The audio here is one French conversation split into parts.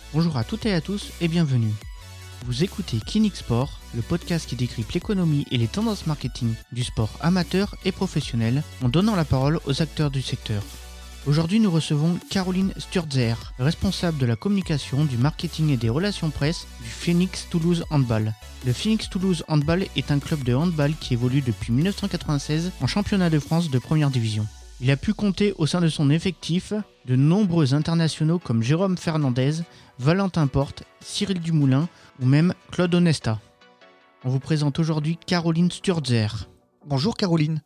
Bonjour à toutes et à tous et bienvenue. Vous écoutez Clinique Sport, le podcast qui décrypte l'économie et les tendances marketing du sport amateur et professionnel en donnant la parole aux acteurs du secteur. Aujourd'hui, nous recevons Caroline Sturzer, responsable de la communication, du marketing et des relations presse du Phoenix Toulouse Handball. Le Phoenix Toulouse Handball est un club de handball qui évolue depuis 1996 en championnat de France de première division. Il a pu compter au sein de son effectif de nombreux internationaux comme Jérôme Fernandez, Valentin Porte, Cyril Dumoulin ou même Claude Onesta. On vous présente aujourd'hui Caroline Sturzer. Bonjour Caroline.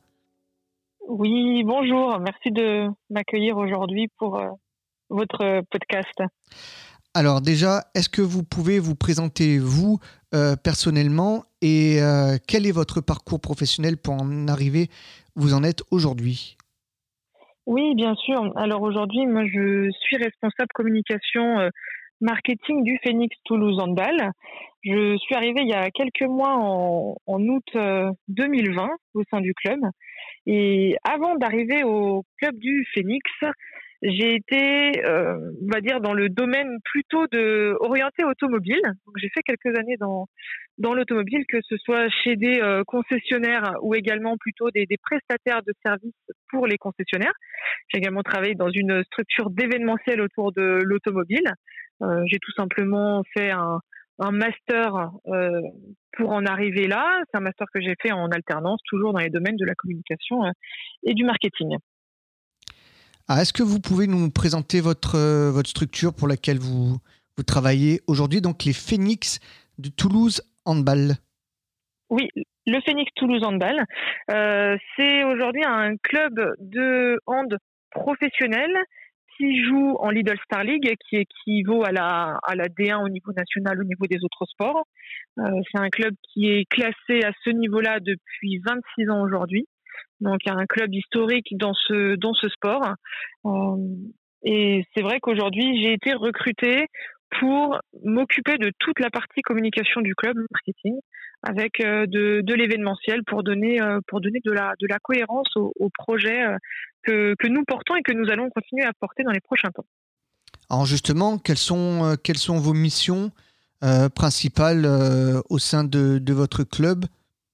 Oui, bonjour. Merci de m'accueillir aujourd'hui pour votre podcast. Alors déjà, est-ce que vous pouvez vous présenter vous personnellement et quel est votre parcours professionnel pour en arriver où vous en êtes aujourd'hui ? Oui, bien sûr. Alors aujourd'hui, moi, je suis responsable communication marketing du Phoenix Toulouse Handball. Je suis arrivée il y a quelques mois en août 2020 au sein du club. Et avant d'arriver au club du Phoenix, j'ai été, on va dire, dans le domaine plutôt orienté automobile. Donc, j'ai fait quelques années dans l'automobile, que ce soit chez des concessionnaires ou également plutôt des prestataires de services pour les concessionnaires. J'ai également travaillé dans une structure d'événementiel autour de l'automobile. J'ai tout simplement fait un master pour en arriver là. C'est un master que j'ai fait en alternance, toujours dans les domaines de la communication et du marketing. Est-ce que vous pouvez nous présenter votre structure pour laquelle vous travaillez aujourd'hui, donc les Phoenix de Toulouse Handball ? Oui, le Phoenix Toulouse Handball, c'est aujourd'hui un club de hand professionnel qui joue en Lidl Star League, qui équivaut à la D1 au niveau national, au niveau des autres sports. C'est un club qui est classé à ce niveau-là depuis 26 ans aujourd'hui. Donc, il y a un club historique dans ce sport. Et c'est vrai qu'aujourd'hui, j'ai été recrutée pour m'occuper de toute la partie communication du club, marketing, avec de l'événementiel pour donner de la cohérence au projet que nous portons et que nous allons continuer à porter dans les prochains temps. Alors justement, quelles sont vos missions principales au sein de votre club ?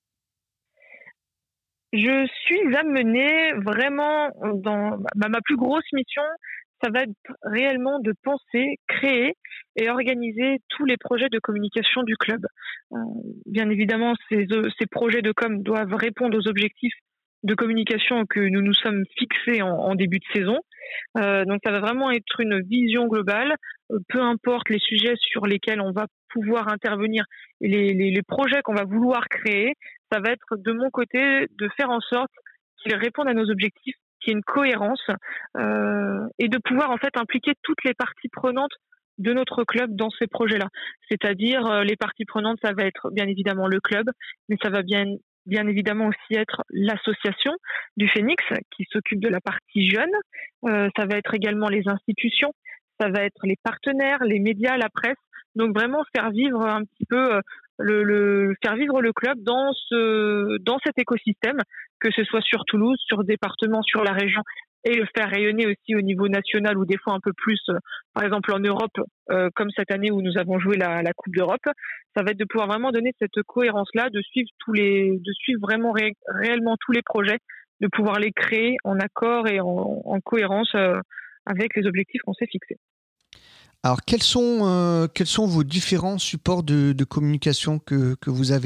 Je suis amenée vraiment dans ma plus grosse mission, ça va être réellement de penser, créer et organiser tous les projets de communication du club. Bien évidemment, ces projets de com doivent répondre aux objectifs de communication que nous nous sommes fixés en début de saison. Donc ça va vraiment être une vision globale, peu importe les sujets sur lesquels on va pouvoir intervenir et les projets qu'on va vouloir créer, ça va être de mon côté de faire en sorte qu'ils répondent à nos objectifs, qu'il y ait une cohérence et de pouvoir en fait impliquer toutes les parties prenantes de notre club dans ces projets-là. C'est-à-dire les parties prenantes, ça va être bien évidemment le club, mais ça va bien évidemment aussi être l'association du Phoenix qui s'occupe de la partie jeune. Ça va être également les institutions, ça va être les partenaires, les médias, la presse. Donc vraiment faire vivre un petit peu faire vivre le club dans cet écosystème, que ce soit sur Toulouse, sur le département, sur la région, et le faire rayonner aussi au niveau national ou des fois un peu plus, par exemple en Europe, comme cette année où nous avons joué la Coupe d'Europe. Ça va être de pouvoir vraiment donner cette cohérence-là, de suivre vraiment réellement tous les projets, de pouvoir les créer en accord et en cohérence avec les objectifs qu'on s'est fixés. Alors, quels sont vos différents supports de communication que vous avez ?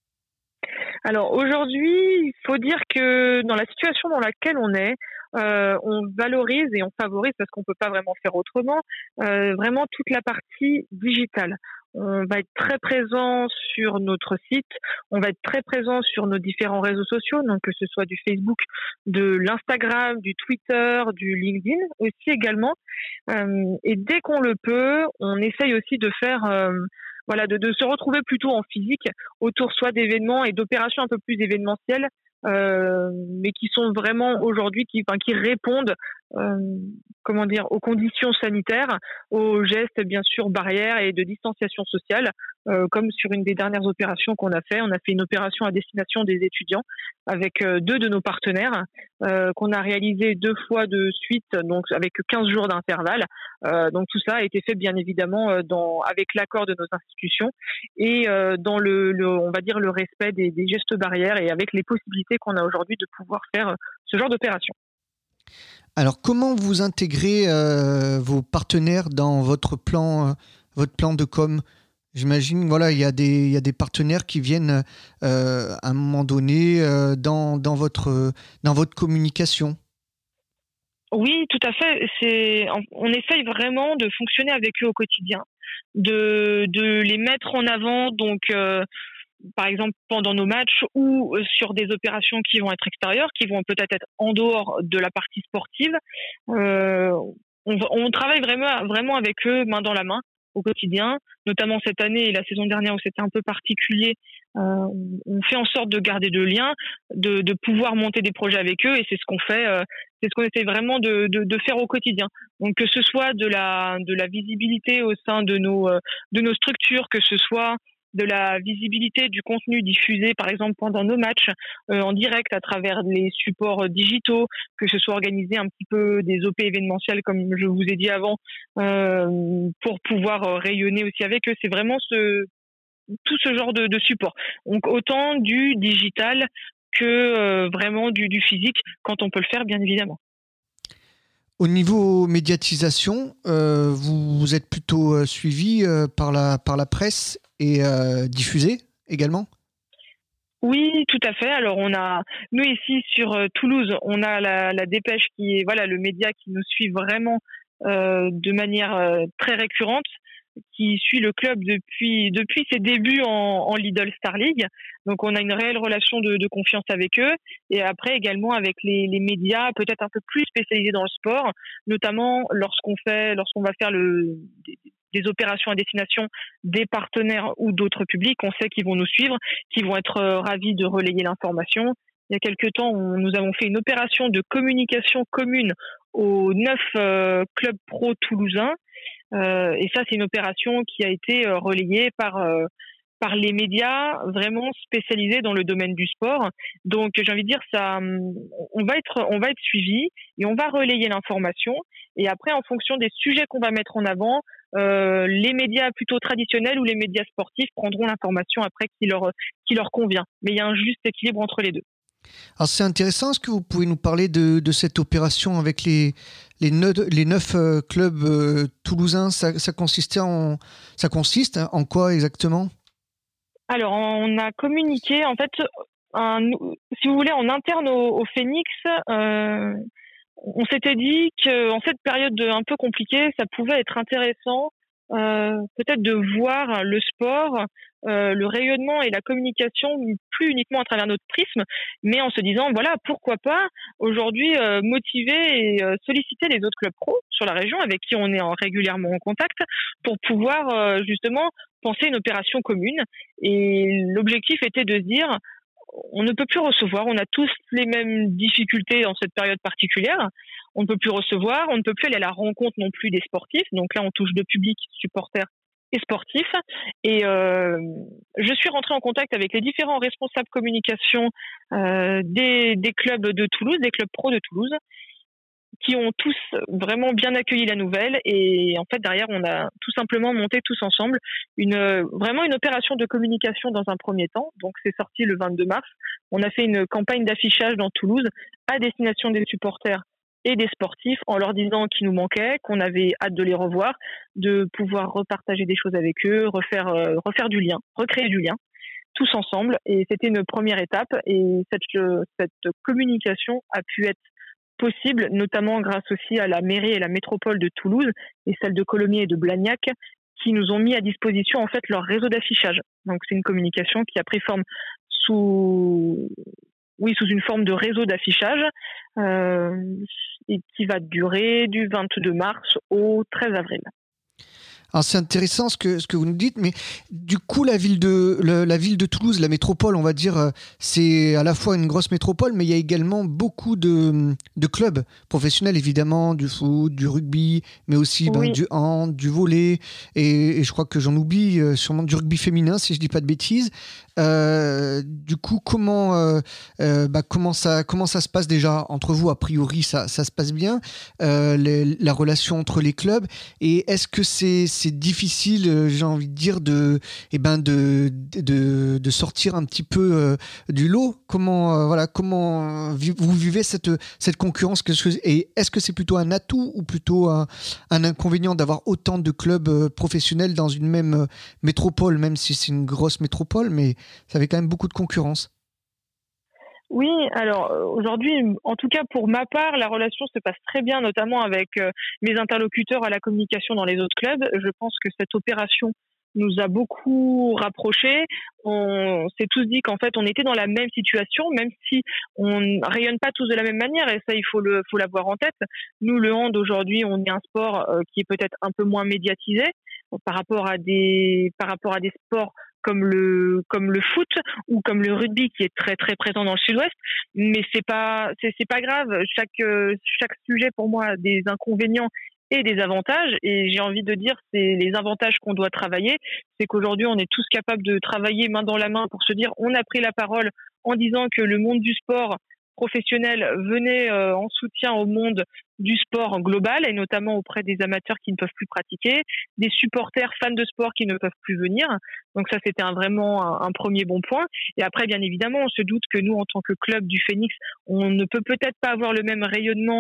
Alors aujourd'hui, il faut dire que dans la situation dans laquelle on est, on valorise et on favorise, parce qu'on peut pas vraiment faire autrement, vraiment toute la partie digitale. On va être très présent sur notre site, on va être très présent sur nos différents réseaux sociaux, donc que ce soit du Facebook, de l'Instagram, du Twitter, du LinkedIn aussi également. Et dès qu'on le peut, on essaye aussi de faire de se retrouver plutôt en physique autour soit d'événements et d'opérations un peu plus événementielles, mais qui sont vraiment aujourd'hui qui répondent aux conditions sanitaires, aux gestes bien sûr barrières et de distanciation sociale, comme sur une des dernières opérations qu'on a fait. On a fait une opération à destination des étudiants avec 2 de nos partenaires qu'on a réalisé 2 fois de suite, donc avec 15 jours d'intervalle. Donc tout ça a été fait bien évidemment avec l'accord de nos institutions et dans on va dire le respect des gestes barrières et avec les possibilités qu'on a aujourd'hui de pouvoir faire ce genre d'opération. Alors, comment vous intégrez vos partenaires dans votre plan de com? J'imagine, voilà, il y a des partenaires qui viennent à un moment donné dans votre communication. Oui, tout à fait. On essaye vraiment de fonctionner avec eux au quotidien, de les mettre en avant. Donc, par exemple, pendant nos matchs ou sur des opérations qui vont être extérieures, qui vont peut-être être en dehors de la partie sportive. On travaille vraiment avec eux main dans la main au quotidien, notamment cette année et la saison dernière où c'était un peu particulier. On fait en sorte de garder le lien, de pouvoir monter des projets avec eux et c'est ce qu'on fait. C'est ce qu'on essaie vraiment de faire au quotidien. Donc que ce soit de la visibilité au sein de nos structures, que ce soit de la visibilité du contenu diffusé, par exemple, pendant nos matchs, en direct à travers les supports digitaux, que ce soit organisé un petit peu des OP événementiels, comme je vous ai dit avant, pour pouvoir rayonner aussi avec eux. C'est vraiment tout ce genre de support. Donc, autant du digital que vraiment du physique, quand on peut le faire, bien évidemment. Au niveau médiatisation, vous êtes plutôt suivi par la presse et diffusé également? Oui, tout à fait. Alors nous ici sur Toulouse, on a la Dépêche qui est le média qui nous suit vraiment de manière très récurrente, qui suit le club depuis ses débuts en Lidl Star League. Donc on a une réelle relation de confiance avec eux et après également avec les médias peut-être un peu plus spécialisés dans le sport, notamment lorsqu'on va faire des opérations à destination des partenaires ou d'autres publics, on sait qu'ils vont nous suivre, qu'ils vont être ravis de relayer l'information. Il y a quelques temps, nous avons fait une opération de communication commune aux 9 clubs pro toulousains. Et ça, c'est une opération qui a été relayée par les médias vraiment spécialisés dans le domaine du sport. Donc, j'ai envie de dire ça, on va être suivi et on va relayer l'information. Et après, en fonction des sujets qu'on va mettre en avant, les médias plutôt traditionnels ou les médias sportifs prendront l'information après qui leur convient. Mais il y a un juste équilibre entre les deux. Alors c'est intéressant, est-ce que vous pouvez nous parler de cette opération avec les 9 clubs toulousains? Ça consiste en quoi exactement? Alors on a communiqué en fait, si vous voulez, en interne au Phoenix, on s'était dit qu'en cette période un peu compliquée, ça pouvait être intéressant peut-être de voir le sport, le rayonnement et la communication plus uniquement à travers notre prisme, mais en se disant pourquoi pas aujourd'hui motiver et solliciter les autres clubs pro sur la région avec qui on est régulièrement en contact pour pouvoir justement penser une opération commune. Et l'objectif était de se dire on ne peut plus recevoir, on a tous les mêmes difficultés dans cette période particulière. On ne peut plus recevoir, on ne peut plus aller à la rencontre non plus des sportifs. Donc là, on touche deux publics, supporters et sportifs. Et je suis rentrée en contact avec les différents responsables communication des clubs de Toulouse, des clubs pro de Toulouse, qui ont tous vraiment bien accueilli la nouvelle. Et en fait, derrière, on a tout simplement monté tous ensemble vraiment une opération de communication dans un premier temps. Donc, c'est sorti le 22 mars. On a fait une campagne d'affichage dans Toulouse à destination des supporters et des sportifs en leur disant qu'ils nous manquaient, qu'on avait hâte de les revoir, de pouvoir repartager des choses avec eux, refaire du lien, recréer du lien, tous ensemble. Et c'était une première étape. Et cette communication a pu être possible, notamment grâce aussi à la mairie et la métropole de Toulouse et celle de Colomiers et de Blagnac, qui nous ont mis à disposition en fait leur réseau d'affichage. Donc c'est une communication qui a pris forme sous une forme de réseau d'affichage et qui va durer du 22 mars au 13 avril. Alors c'est intéressant ce que vous nous dites, mais du coup la ville de Toulouse, la métropole, on va dire, c'est à la fois une grosse métropole, mais il y a également beaucoup de clubs professionnels, évidemment, du foot, du rugby, mais aussi Oui. du hand, du volley, et je crois que j'en oublie sûrement du rugby féminin, si je dis pas de bêtises. Du coup, comment ça se passe déjà entre vous? A priori, ça se passe bien, la relation entre les clubs. Et est-ce que c'est difficile, j'ai envie de dire, de sortir un petit peu du lot? Comment vous vivez cette concurrence? Et est-ce que c'est plutôt un atout ou plutôt un inconvénient d'avoir autant de clubs professionnels dans une même métropole, même si c'est une grosse métropole, mais ça avait quand même beaucoup de concurrence? Oui, alors aujourd'hui, en tout cas pour ma part, la relation se passe très bien, notamment avec mes interlocuteurs à la communication dans les autres clubs. Je pense que cette opération nous a beaucoup rapprochés. On s'est tous dit qu'en fait, on était dans la même situation, même si on rayonne pas tous de la même manière, et ça, faut l'avoir en tête. Nous, le hand, aujourd'hui, on est un sport qui est peut-être un peu moins médiatisé par rapport à des sports comme le foot ou comme le rugby qui est très très présent dans le sud-ouest, mais c'est pas grave. Chaque sujet pour moi a des inconvénients et des avantages, et j'ai envie de dire c'est les avantages qu'on doit travailler. C'est qu'aujourd'hui on est tous capables de travailler main dans la main pour se dire on a pris la parole en disant que le monde du sport professionnel venait en soutien au monde du sport global, et notamment auprès des amateurs qui ne peuvent plus pratiquer, des supporters fans de sport qui ne peuvent plus venir. Donc ça, c'était vraiment un premier bon point. Et après, bien évidemment, on se doute que nous, en tant que club du Phénix, on ne peut peut-être pas avoir le même rayonnement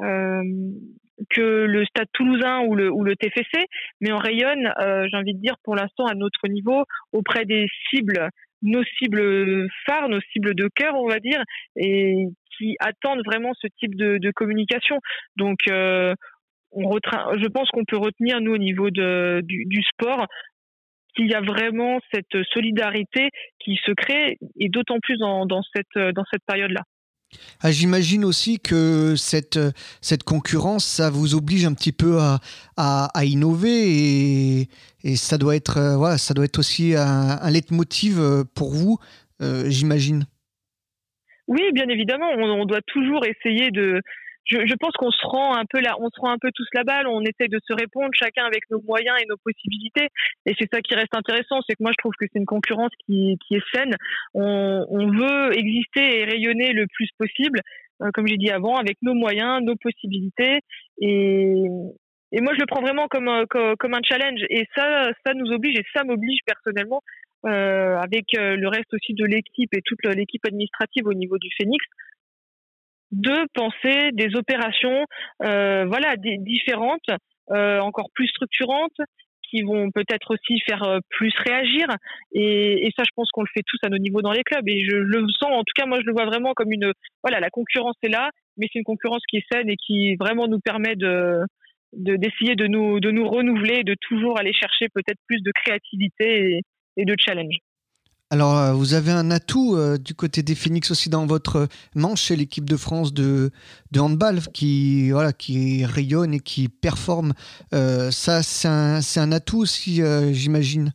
que le Stade Toulousain ou le TFC, mais on rayonne, j'ai envie de dire, pour l'instant à notre niveau, auprès des cibles, nos cibles phares, nos cibles de cœur, on va dire, et qui attendent vraiment ce type de communication. Donc, je pense qu'on peut retenir, nous, au niveau du sport, qu'il y a vraiment cette solidarité qui se crée, et d'autant plus dans cette période-là. Ah, j'imagine aussi que cette concurrence, ça vous oblige un petit peu à innover, et ça doit être, ça doit être aussi un leitmotiv pour vous, j'imagine. Oui, bien évidemment, on doit toujours essayer de. Je pense qu'on se rend un peu tous la balle. On essaie de se répondre chacun avec nos moyens et nos possibilités. Et c'est ça qui reste intéressant, c'est que moi je trouve que c'est une concurrence qui est saine. On veut exister et rayonner le plus possible, comme j'ai dit avant, avec nos moyens, nos possibilités. Et moi je le prends vraiment comme un challenge. Et ça nous oblige, et ça m'oblige personnellement, avec le reste aussi de l'équipe et toute l'équipe administrative au niveau du Phénix, de penser des opérations différentes, encore plus structurantes, qui vont peut-être aussi faire plus réagir, et ça je pense qu'on le fait tous à nos niveaux dans les clubs, et je le sens, en tout cas moi je le vois vraiment comme la concurrence est là, mais c'est une concurrence qui est saine et qui vraiment nous permet d'essayer de nous renouveler, de toujours aller chercher peut-être plus de créativité et de challenge. Alors, vous avez un atout du côté des Phénix aussi dans votre manche, c'est l'équipe de France de handball qui rayonne et qui performe. Ça, c'est un atout aussi, j'imagine.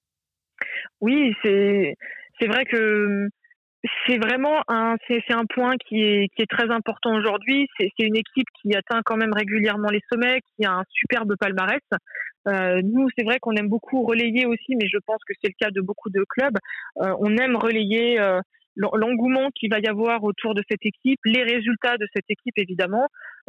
Oui, c'est vrai que c'est vraiment c'est un point qui est très important aujourd'hui. C'est une équipe qui atteint quand même régulièrement les sommets, qui a un superbe palmarès. Nous, c'est vrai qu'on aime beaucoup relayer aussi, mais je pense que c'est le cas de beaucoup de clubs. On aime relayer l'engouement qu'il va y avoir autour de cette équipe, les résultats de cette équipe évidemment.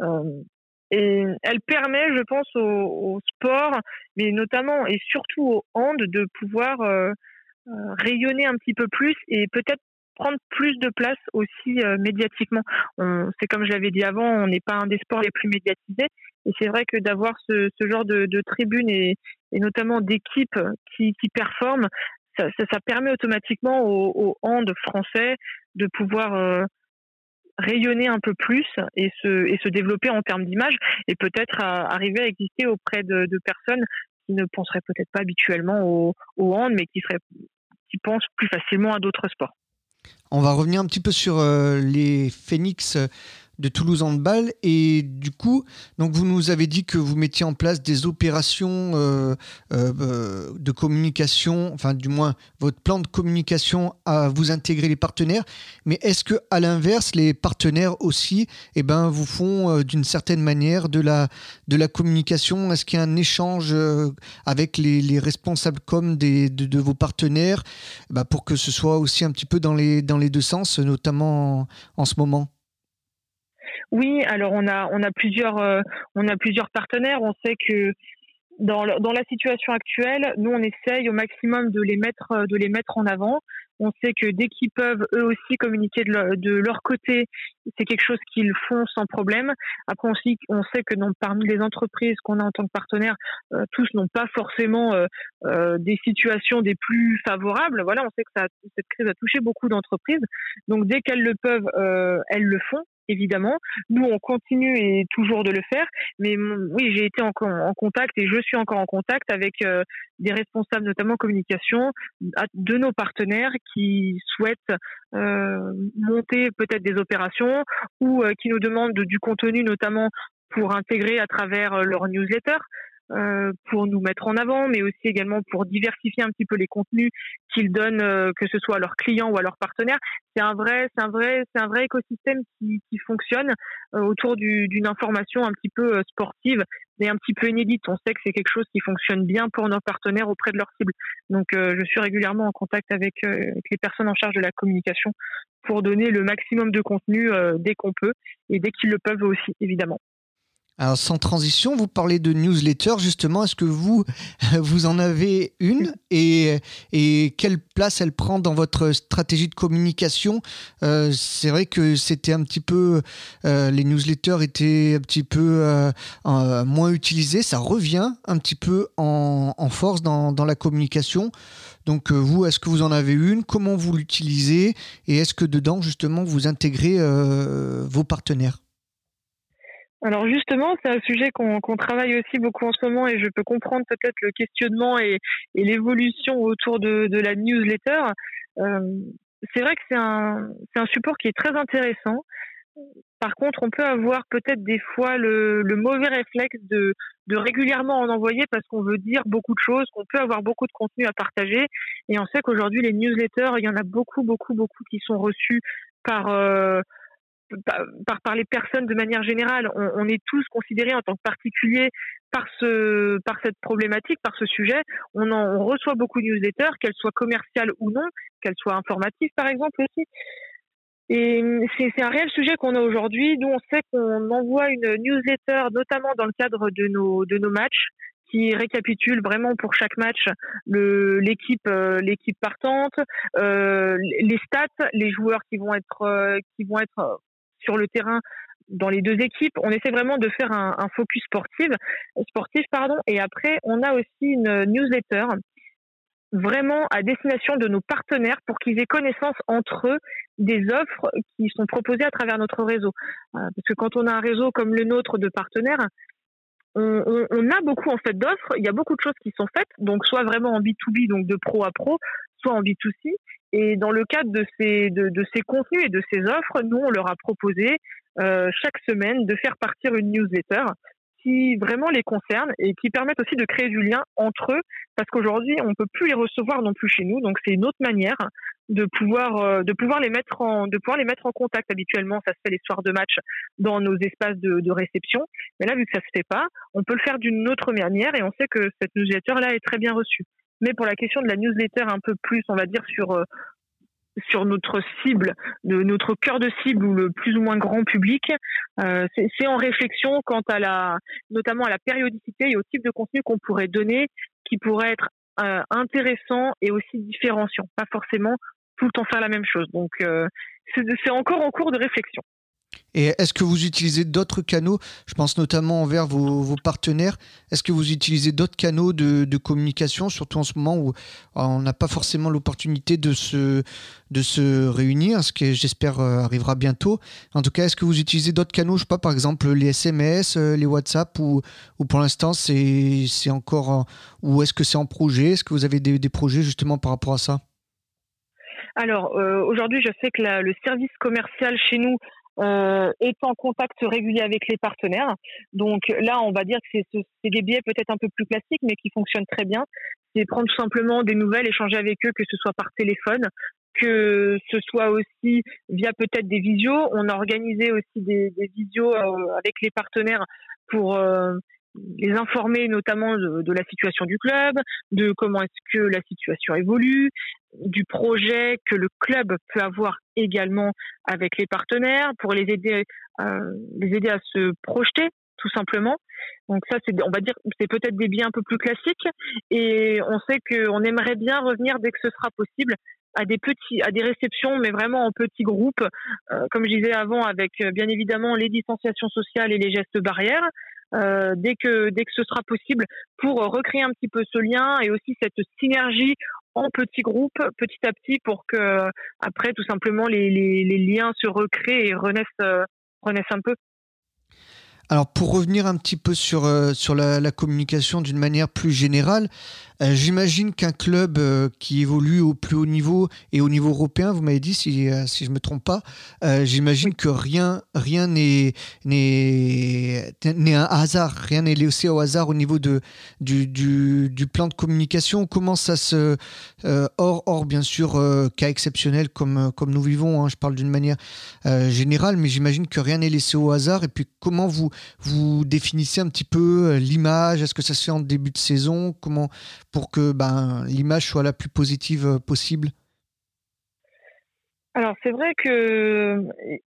Et elle permet, je pense, au sport, mais notamment et surtout au hand, de pouvoir rayonner un petit peu plus et peut-être prendre plus de place aussi médiatiquement. C'est comme je l'avais dit avant, on n'est pas un des sports les plus médiatisés, et c'est vrai que d'avoir ce genre de tribune et notamment d'équipes qui performent, ça permet automatiquement au hand français de pouvoir rayonner un peu plus et se développer en termes d'image, et peut-être arriver à exister auprès de personnes qui ne penseraient peut-être pas habituellement au hand, mais qui pensent plus facilement à d'autres sports. On va revenir un petit peu sur les Phénix Toulouse Handball. Et du coup, donc vous nous avez dit que vous mettiez en place des opérations de communication, enfin du moins votre plan de communication à vous intégrer les partenaires. Mais est-ce que à l'inverse, les partenaires aussi, vous font d'une certaine manière de la communication? Est-ce qu'il y a un échange avec les responsables com de vos partenaires, pour que ce soit aussi un petit peu dans les deux sens, notamment en ce moment? Oui, alors on a plusieurs partenaires. On sait que dans la situation actuelle, nous on essaye au maximum de les mettre en avant. On sait que dès qu'ils peuvent eux aussi communiquer de leur côté, c'est quelque chose qu'ils font sans problème. Après aussi, on sait que parmi les entreprises qu'on a en tant que partenaires, tous n'ont pas forcément des situations des plus favorables. Voilà, on sait que cette crise a touché beaucoup d'entreprises. Donc dès qu'elles le peuvent, elles le font. Évidemment, nous on continue et toujours de le faire, mais oui, j'ai été en contact et je suis encore en contact avec des responsables, notamment communication, de nos partenaires qui souhaitent monter peut-être des opérations ou qui nous demandent du contenu, notamment pour intégrer à travers leur newsletter. Pour nous mettre en avant, mais aussi également pour diversifier un petit peu les contenus qu'ils donnent, que ce soit à leurs clients ou à leurs partenaires. C'est un vrai écosystème qui fonctionne autour d'une information un petit peu sportive et un petit peu inédite. On sait que c'est quelque chose qui fonctionne bien pour nos partenaires auprès de leurs cibles. Donc, je suis régulièrement en contact avec les personnes en charge de la communication pour donner le maximum de contenu dès qu'on peut et dès qu'ils le peuvent aussi, évidemment. Alors, sans transition, vous parlez de newsletter, justement. Est-ce que vous en avez une et quelle place elle prend dans votre stratégie de communication? C'est vrai que c'était un petit peu... les newsletters étaient un petit peu moins utilisés. Ça revient un petit peu en force dans la communication. Donc, vous, est-ce que vous en avez une? Comment vous l'utilisez? Et est-ce que dedans, justement, vous intégrez vos partenaires? Alors justement, c'est un sujet qu'on travaille aussi beaucoup en ce moment et je peux comprendre peut-être le questionnement et l'évolution autour de la newsletter. C'est vrai que c'est un support qui est très intéressant. Par contre, on peut avoir peut-être des fois le mauvais réflexe de régulièrement en envoyer parce qu'on veut dire beaucoup de choses, qu'on peut avoir beaucoup de contenu à partager. Et on sait qu'aujourd'hui, les newsletters, il y en a beaucoup qui sont reçus par les personnes de manière générale. On est tous considérés en tant que particuliers par cette problématique, par ce sujet. On reçoit beaucoup de newsletters, qu'elles soient commerciales ou non, qu'elles soient informatives par exemple aussi. Et c'est un réel sujet qu'on a aujourd'hui. Nous, on sait qu'on envoie une newsletter, notamment dans le cadre de nos matchs, qui récapitule vraiment pour chaque match l'équipe partante, les stats, les joueurs qui vont être sur le terrain dans les deux équipes. On essaie vraiment de faire un focus sportif, et après on a aussi une newsletter vraiment à destination de nos partenaires pour qu'ils aient connaissance entre eux des offres qui sont proposées à travers notre réseau. Parce que quand on a un réseau comme le nôtre de partenaires, on a beaucoup en fait d'offres, il y a beaucoup de choses qui sont faites, donc soit vraiment en B2B, donc de pro à pro, soit en B2C. Et dans le cadre de ces contenus et de ces offres, nous on leur a proposé chaque semaine de faire partir une newsletter qui vraiment les concerne et qui permettent aussi de créer du lien entre eux, parce qu'aujourd'hui on peut plus les recevoir non plus chez nous, donc c'est une autre manière de pouvoir les mettre en contact. Habituellement ça se fait les soirs de match dans nos espaces de réception, mais là vu que ça se fait pas, on peut le faire d'une autre manière et on sait que cette newsletter là est très bien reçue. Mais pour la question de la newsletter un peu plus, on va dire sur notre cible, notre cœur de cible ou le plus ou moins grand public, c'est en réflexion quant notamment à la périodicité et au type de contenu qu'on pourrait donner, qui pourrait être intéressant et aussi différenciant, pas forcément tout le temps faire la même chose. Donc c'est encore en cours de réflexion. Et est-ce que vous utilisez d'autres canaux? Je pense notamment envers vos partenaires. Est-ce que vous utilisez d'autres canaux de communication, surtout en ce moment où on n'a pas forcément l'opportunité de se réunir, ce qui j'espère arrivera bientôt. En tout cas, est-ce que vous utilisez d'autres canaux? Je sais pas, par exemple les SMS, les WhatsApp, ou pour l'instant c'est encore ou est-ce que c'est en projet? Est-ce que vous avez des projets justement par rapport à ça? Alors aujourd'hui, je sais que le service commercial chez nous est en contact régulier avec les partenaires. Donc là, on va dire que c'est des biais peut-être un peu plus classiques, mais qui fonctionnent très bien. C'est prendre tout simplement des nouvelles, échanger avec eux, que ce soit par téléphone, que ce soit aussi via peut-être des visios. On a organisé aussi des visios avec les partenaires pour les informer notamment de la situation du club, de comment est-ce que la situation évolue, du projet que le club peut avoir également avec les partenaires pour les aider à se projeter tout simplement. Donc ça, on va dire, c'est peut-être des biais un peu plus classiques, et on sait qu'on aimerait bien revenir dès que ce sera possible à des réceptions, mais vraiment en petits groupes, comme je disais avant, avec bien évidemment les distanciations sociales et les gestes barrières, dès que ce sera possible, pour recréer un petit peu ce lien et aussi cette synergie en petits groupes, petit à petit, pour que après tout simplement les liens se recréent et renaissent un peu. Alors pour revenir un petit peu sur la communication d'une manière plus générale, j'imagine qu'un club qui évolue au plus haut niveau et au niveau européen, vous m'avez dit si je me trompe pas, j'imagine que rien n'est un hasard, rien n'est laissé au hasard au niveau du plan de communication. Comment ça se hors bien sûr cas exceptionnel comme nous vivons, hein, je parle d'une manière générale, mais j'imagine que rien n'est laissé au hasard. Et puis comment vous définissez un petit peu l'image? Est-ce que ça se fait en début de saison? Comment, pour que l'image soit la plus positive possible? Alors c'est vrai que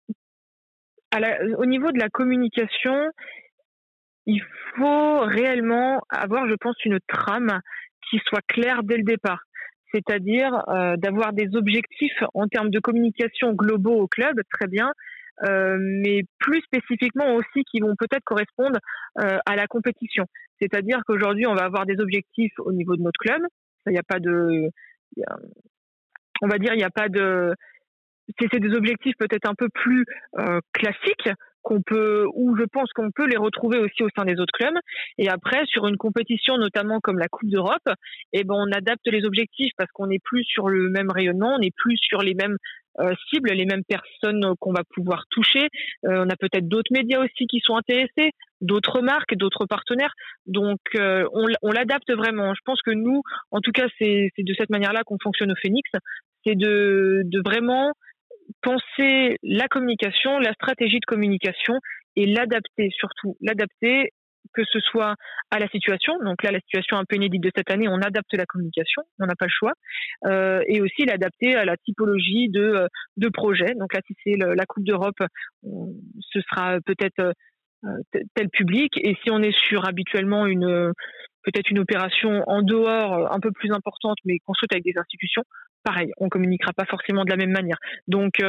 au niveau de la communication, il faut réellement avoir, je pense, une trame qui soit claire dès le départ. C'est-à-dire d'avoir des objectifs en termes de communication globaux au club, très bien, mais plus spécifiquement aussi qui vont peut-être correspondre à la compétition. C'est-à-dire qu'aujourd'hui, on va avoir des objectifs au niveau de notre club. Il n'y a pas de... on va dire, il n'y a pas de... C'est des objectifs peut-être un peu plus classiques, où je pense qu'on peut les retrouver aussi au sein des autres clubs. Et après, sur une compétition notamment comme la Coupe d'Europe, on adapte les objectifs parce qu'on n'est plus sur le même rayonnement, on n'est plus sur les mêmes cibles, les mêmes personnes qu'on va pouvoir toucher. On a peut-être d'autres médias aussi qui sont intéressés, d'autres marques, d'autres partenaires. Donc, on l'adapte vraiment. Je pense que nous, en tout cas, c'est de cette manière-là qu'on fonctionne au Phoenix. C'est de vraiment penser la communication, la stratégie de communication, et l'adapter, surtout l'adapter, que ce soit à la situation. Donc là, la situation un peu inédite de cette année, on adapte la communication, on n'a pas le choix, et aussi l'adapter à la typologie de projet. Donc là, si c'est la Coupe d'Europe, ce sera peut-être tel public, et si on est sur habituellement peut-être une opération en dehors un peu plus importante, mais construite avec des institutions, pareil, on communiquera pas forcément de la même manière. Donc,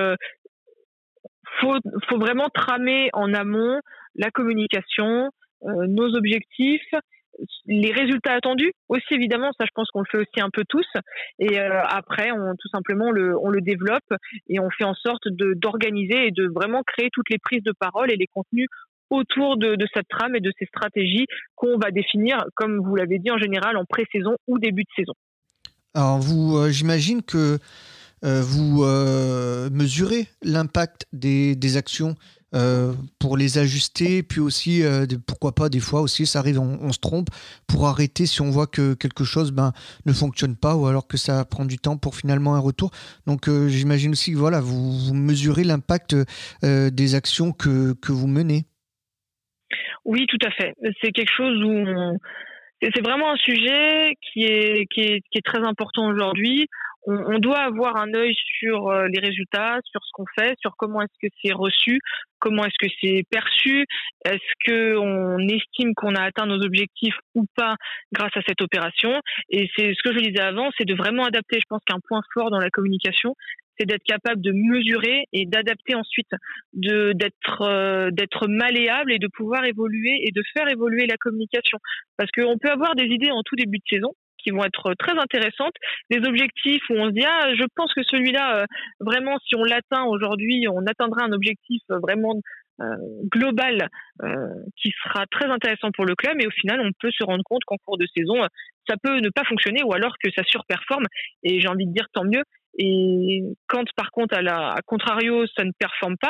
faut vraiment tramer en amont la communication, nos objectifs, les résultats attendus aussi, évidemment, ça je pense qu'on le fait aussi un peu tous, et après tout simplement on le développe, et on fait en sorte d'organiser et de vraiment créer toutes les prises de parole et les contenus autour de cette trame et de ces stratégies qu'on va définir, comme vous l'avez dit, en général en pré-saison ou début de saison. Alors j'imagine que vous mesurez l'impact des actions pour les ajuster, puis aussi pourquoi pas, des fois aussi ça arrive, on se trompe, pour arrêter si on voit que quelque chose ne fonctionne pas, ou alors que ça prend du temps pour finalement un retour. Donc j'imagine aussi que voilà, vous mesurez l'impact des actions que vous menez. Oui, tout à fait. C'est quelque chose c'est vraiment un sujet qui est très important aujourd'hui. On doit avoir un œil sur les résultats, sur ce qu'on fait, sur comment est-ce que c'est reçu, comment est-ce que c'est perçu, est-ce qu'on estime qu'on a atteint nos objectifs ou pas grâce à cette opération. Et c'est ce que je disais avant, c'est de vraiment adapter. Je pense qu'un point fort dans la communication, c'est d'être capable de mesurer et d'adapter ensuite, d'être malléable et de pouvoir évoluer et de faire évoluer la communication. Parce qu'on peut avoir des idées en tout début de saison qui vont être très intéressantes, des objectifs où on se dit je pense que celui-là vraiment, si on l'atteint aujourd'hui, on atteindra un objectif vraiment global qui sera très intéressant pour le club, et au final on peut se rendre compte qu'en cours de saison ça peut ne pas fonctionner, ou alors que ça surperforme, et j'ai envie de dire tant mieux. Et quand par contre à contrario ça ne performe pas,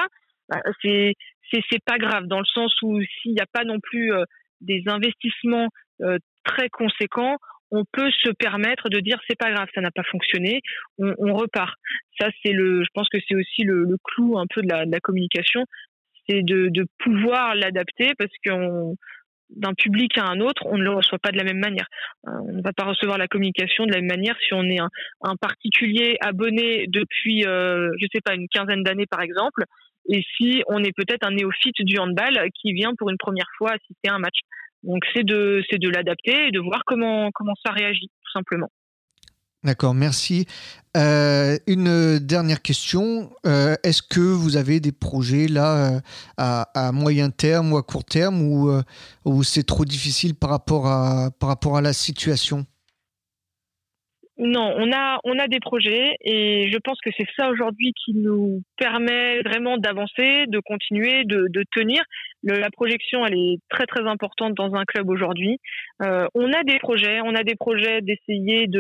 c'est pas grave, dans le sens où s'il n'y a pas non plus des investissements très conséquents, on peut se permettre de dire c'est pas grave, ça n'a pas fonctionné, on repart. Ça, je pense que c'est aussi le clou un peu de la communication, c'est de pouvoir l'adapter, parce que d'un public à un autre, on ne le reçoit pas de la même manière. On ne va pas recevoir la communication de la même manière si on est un particulier abonné depuis, une quinzaine d'années par exemple, et si on est peut-être un néophyte du handball qui vient pour une première fois assister à un match. Donc c'est de l'adapter et de voir comment ça réagit, tout simplement. D'accord, merci. Une dernière question. Est-ce que vous avez des projets là à moyen terme ou à court terme, ou c'est trop difficile par rapport à la situation ? Non, on a des projets, et je pense que c'est ça aujourd'hui qui nous permet vraiment d'avancer, de continuer, de tenir. La projection, elle est très très importante dans un club aujourd'hui. On a des projets d'essayer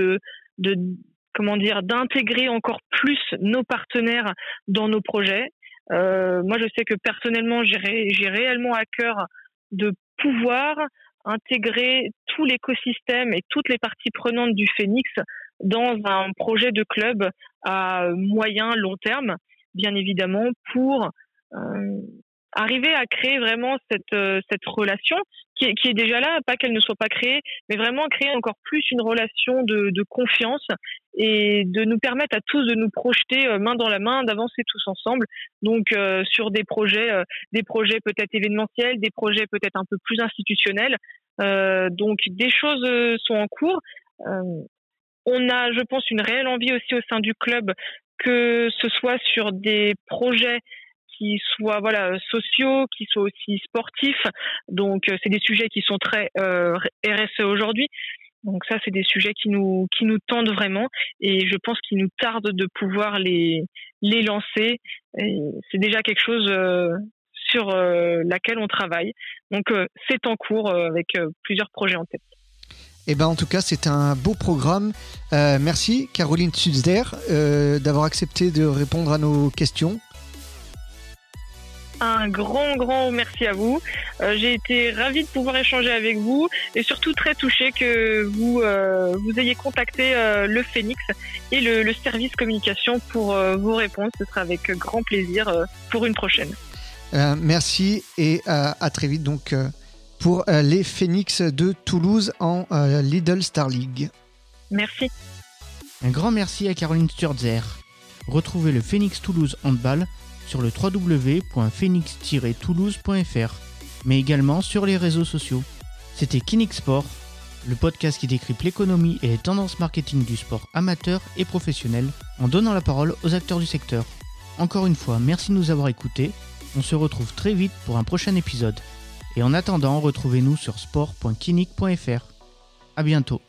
d'intégrer encore plus nos partenaires dans nos projets. Moi, je sais que personnellement, j'ai réellement à cœur de pouvoir intégrer tout l'écosystème et toutes les parties prenantes du Phoenix dans un projet de club à moyen, long terme, bien évidemment, pour arriver à créer vraiment cette relation qui est déjà là, pas qu'elle ne soit pas créée, mais vraiment créer encore plus une relation de confiance, et de nous permettre à tous de nous projeter main dans la main, d'avancer tous ensemble. Donc sur des projets peut-être événementiels, des projets peut-être un peu plus institutionnels. Donc des choses sont en cours. On a, je pense, une réelle envie aussi au sein du club, que ce soit sur des projets qui soient sociaux, qui soient aussi sportifs. Donc c'est des sujets qui sont très RSE aujourd'hui. Donc ça, c'est des sujets qui nous tendent vraiment, et je pense qu'il nous tarde de pouvoir les lancer. Et c'est déjà quelque chose sur laquelle on travaille. Donc c'est en cours avec plusieurs projets en tête. Eh ben, en tout cas, c'est un beau programme. Merci Caroline Sulzer d'avoir accepté de répondre à nos questions. Un grand merci à vous. J'ai été ravie de pouvoir échanger avec vous, et surtout très touchée que vous ayez contacté le Phoenix et le service communication pour vos réponses. Ce sera avec grand plaisir pour une prochaine. Merci, et à très vite donc pour les Phoenix de Toulouse en Lidl Star League. Merci. Un grand merci à Caroline Sturzer. Retrouvez le Phoenix Toulouse Handball sur le www.phoenix-toulouse.fr, mais également sur les réseaux sociaux. C'était Kinix Sport, le podcast qui décrypte l'économie et les tendances marketing du sport amateur et professionnel, en donnant la parole aux acteurs du secteur. Encore une fois, merci de nous avoir écoutés. On se retrouve très vite pour un prochain épisode. Et en attendant, retrouvez-nous sur sport.kinix.fr. À bientôt.